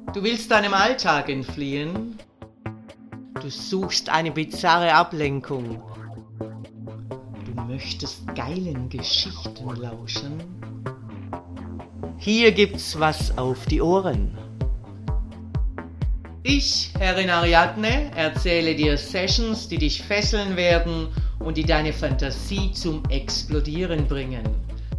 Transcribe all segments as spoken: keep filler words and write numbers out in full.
Du willst deinem Alltag entfliehen? Du suchst eine bizarre Ablenkung. Du möchtest geilen Geschichten lauschen? Hier gibt's was auf die Ohren. Ich, Herrin Ariadne, erzähle dir Sessions, die dich fesseln werden und die deine Fantasie zum Explodieren bringen.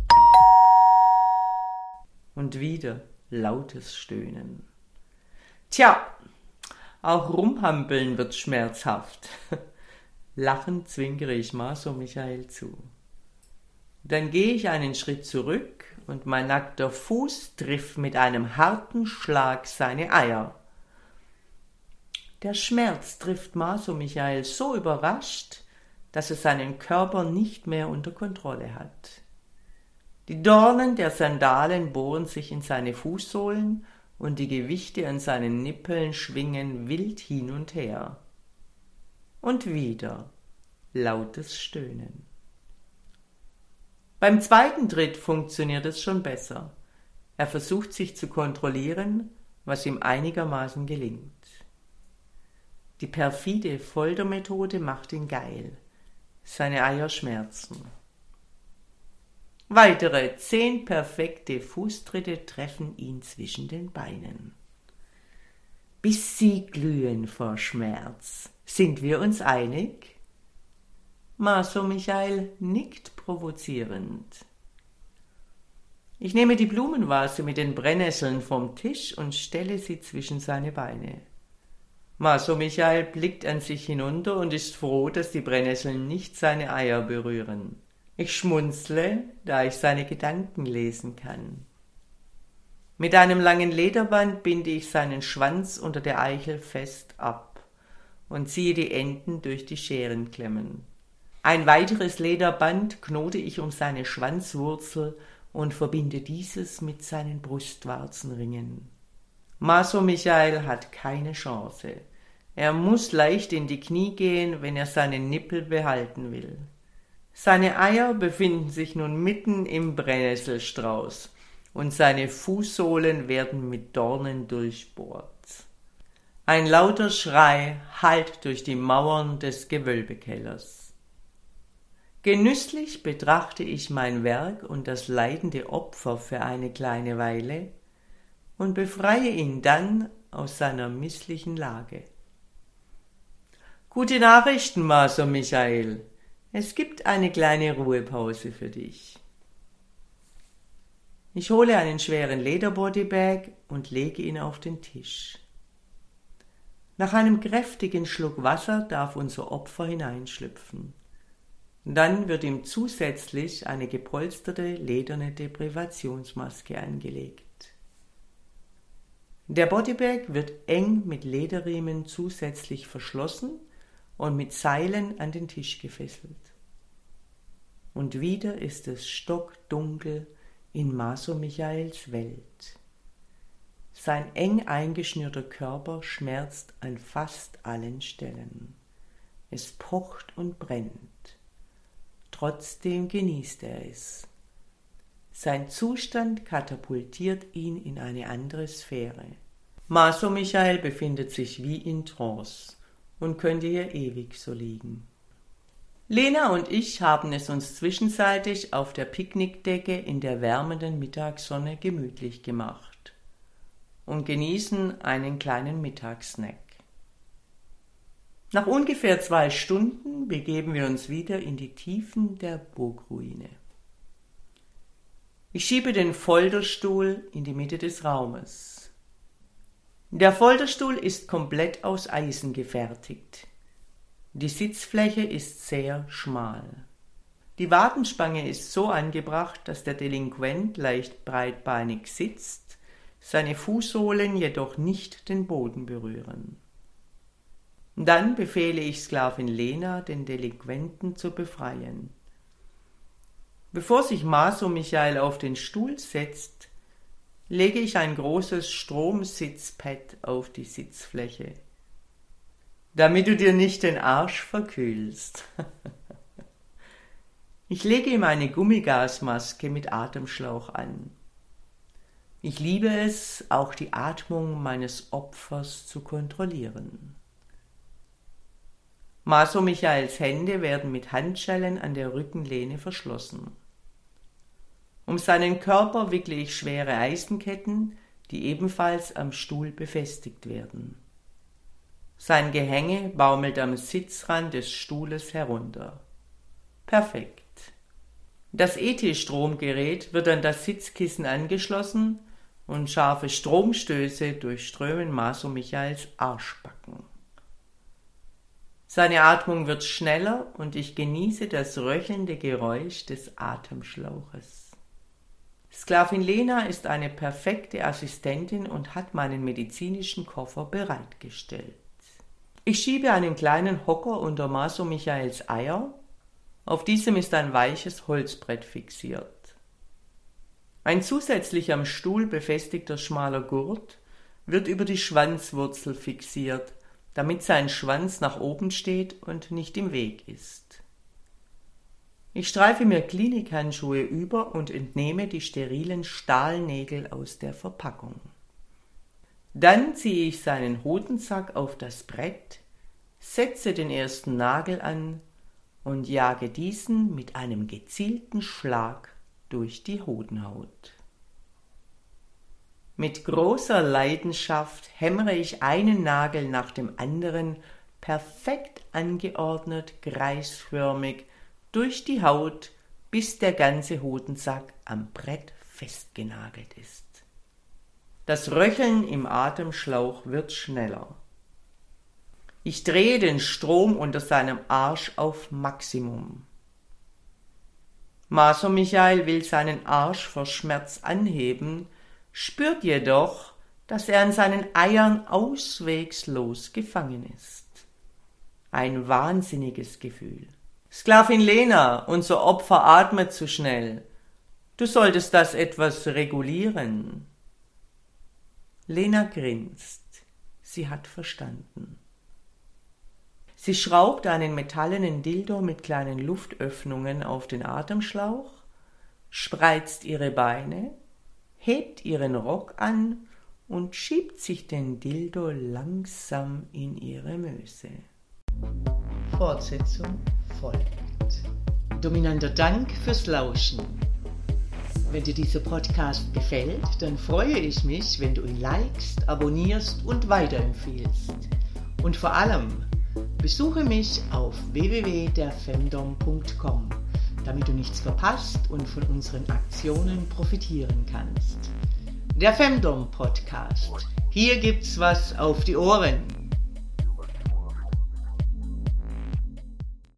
Und wieder lautes Stöhnen. Tja, auch rumhampeln wird schmerzhaft. Lachend zwinkere ich Maso Michael zu. Dann gehe ich einen Schritt zurück und mein nackter Fuß trifft mit einem harten Schlag seine Eier. Der Schmerz trifft Maso Michael so überrascht, dass er seinen Körper nicht mehr unter Kontrolle hat. Die Dornen der Sandalen bohren sich in seine Fußsohlen und die Gewichte an seinen Nippeln schwingen wild hin und her. Und wieder lautes Stöhnen. Beim zweiten Tritt funktioniert es schon besser. Er versucht sich zu kontrollieren, was ihm einigermaßen gelingt. Die perfide Foltermethode macht ihn geil. Seine Eier schmerzen. Weitere zehn perfekte Fußtritte treffen ihn zwischen den Beinen. Bis sie glühen vor Schmerz. Sind wir uns einig? Maso Michael nickt provozierend. Ich nehme die Blumenvase mit den Brennnesseln vom Tisch und stelle sie zwischen seine Beine. Maso Michael blickt an sich hinunter und ist froh, dass die Brennnesseln nicht seine Eier berühren. Ich schmunzle, da ich seine Gedanken lesen kann. Mit einem langen Lederband binde ich seinen Schwanz unter der Eichel fest ab und ziehe die Enden durch die Scherenklemmen. Ein weiteres Lederband knote ich um seine Schwanzwurzel und verbinde dieses mit seinen Brustwarzenringen. Maso Michael hat keine Chance. Er muss leicht in die Knie gehen, wenn er seine Nippel behalten will. Seine Eier befinden sich nun mitten im Brennnesselstrauß und seine Fußsohlen werden mit Dornen durchbohrt. Ein lauter Schrei hallt durch die Mauern des Gewölbekellers. Genüsslich betrachte ich mein Werk und das leidende Opfer für eine kleine Weile und befreie ihn dann aus seiner misslichen Lage. Gute Nachrichten, Maso Michael. Es gibt eine kleine Ruhepause für dich. Ich hole einen schweren Lederbodybag und lege ihn auf den Tisch. Nach einem kräftigen Schluck Wasser darf unser Opfer hineinschlüpfen. Dann wird ihm zusätzlich eine gepolsterte lederne Deprivationsmaske angelegt. Der Bodybag wird eng mit Lederriemen zusätzlich verschlossen und mit Seilen an den Tisch gefesselt. Und wieder ist es stockdunkel in Maso Michaels Welt. Sein eng eingeschnürter Körper schmerzt an fast allen Stellen. Es pocht und brennt. Trotzdem genießt er es. Sein Zustand katapultiert ihn in eine andere Sphäre. Maso Michael befindet sich wie in Trance und könnte hier ewig so liegen. Lena und ich haben es uns zwischenzeitlich auf der Picknickdecke in der wärmenden Mittagssonne gemütlich gemacht und genießen einen kleinen Mittagssnack. Nach ungefähr zwei Stunden begeben wir uns wieder in die Tiefen der Burgruine. Ich schiebe den Folterstuhl in die Mitte des Raumes. Der Folterstuhl ist komplett aus Eisen gefertigt. Die Sitzfläche ist sehr schmal. Die Watenspange ist so angebracht, dass der Delinquent leicht breitbeinig sitzt, seine Fußsohlen jedoch nicht den Boden berühren. Dann befehle ich Sklavin Lena, den Delinquenten zu befreien. Bevor sich Maso Michael auf den Stuhl setzt, lege ich ein großes Stromsitzpad auf die Sitzfläche, damit du dir nicht den Arsch verkühlst. Ich lege ihm eine Gummigasmaske mit Atemschlauch an. Ich liebe es, auch die Atmung meines Opfers zu kontrollieren. Maso Michaels Hände werden mit Handschellen an der Rückenlehne verschlossen. Um seinen Körper wickle ich schwere Eisenketten, die ebenfalls am Stuhl befestigt werden. Sein Gehänge baumelt am Sitzrand des Stuhles herunter. Perfekt. Das E T-Stromgerät wird an das Sitzkissen angeschlossen und scharfe Stromstöße durchströmen Maso Michaels Arschbacken. Seine Atmung wird schneller und ich genieße das röchelnde Geräusch des Atemschlauches. Sklavin Lena ist eine perfekte Assistentin und hat meinen medizinischen Koffer bereitgestellt. Ich schiebe einen kleinen Hocker unter Maso Michaels Eier. Auf diesem ist ein weiches Holzbrett fixiert. Ein zusätzlich am Stuhl befestigter schmaler Gurt wird über die Schwanzwurzel fixiert, damit sein Schwanz nach oben steht und nicht im Weg ist. Ich streife mir Klinikhandschuhe über und entnehme die sterilen Stahlnägel aus der Verpackung. Dann ziehe ich seinen Hodensack auf das Brett, setze den ersten Nagel an und jage diesen mit einem gezielten Schlag durch die Hodenhaut. Mit großer Leidenschaft hämmere ich einen Nagel nach dem anderen perfekt angeordnet, kreisförmig durch die Haut, bis der ganze Hodensack am Brett festgenagelt ist. Das Röcheln im Atemschlauch wird schneller. Ich drehe den Strom unter seinem Arsch auf Maximum. Maso Michael will seinen Arsch vor Schmerz anheben, spürt jedoch, dass er an seinen Eiern auswegslos gefangen ist. Ein wahnsinniges Gefühl. Sklavin Lena, unser Opfer atmet zu schnell. Du solltest das etwas regulieren. Lena grinst. Sie hat verstanden. Sie schraubt einen metallenen Dildo mit kleinen Luftöffnungen auf den Atemschlauch, spreizt ihre Beine, hebt ihren Rock an und schiebt sich den Dildo langsam in ihre Möse. Fortsetzung folgt. Dominanter Dank fürs Lauschen. Wenn dir dieser Podcast gefällt, dann freue ich mich, wenn du ihn likest, abonnierst und weiterempfiehlst. Und vor allem, besuche mich auf w w w punkt der femdom punkt com, damit du nichts verpasst und von unseren Aktionen profitieren kannst. Der Femdom Podcast. Hier gibt's was auf die Ohren.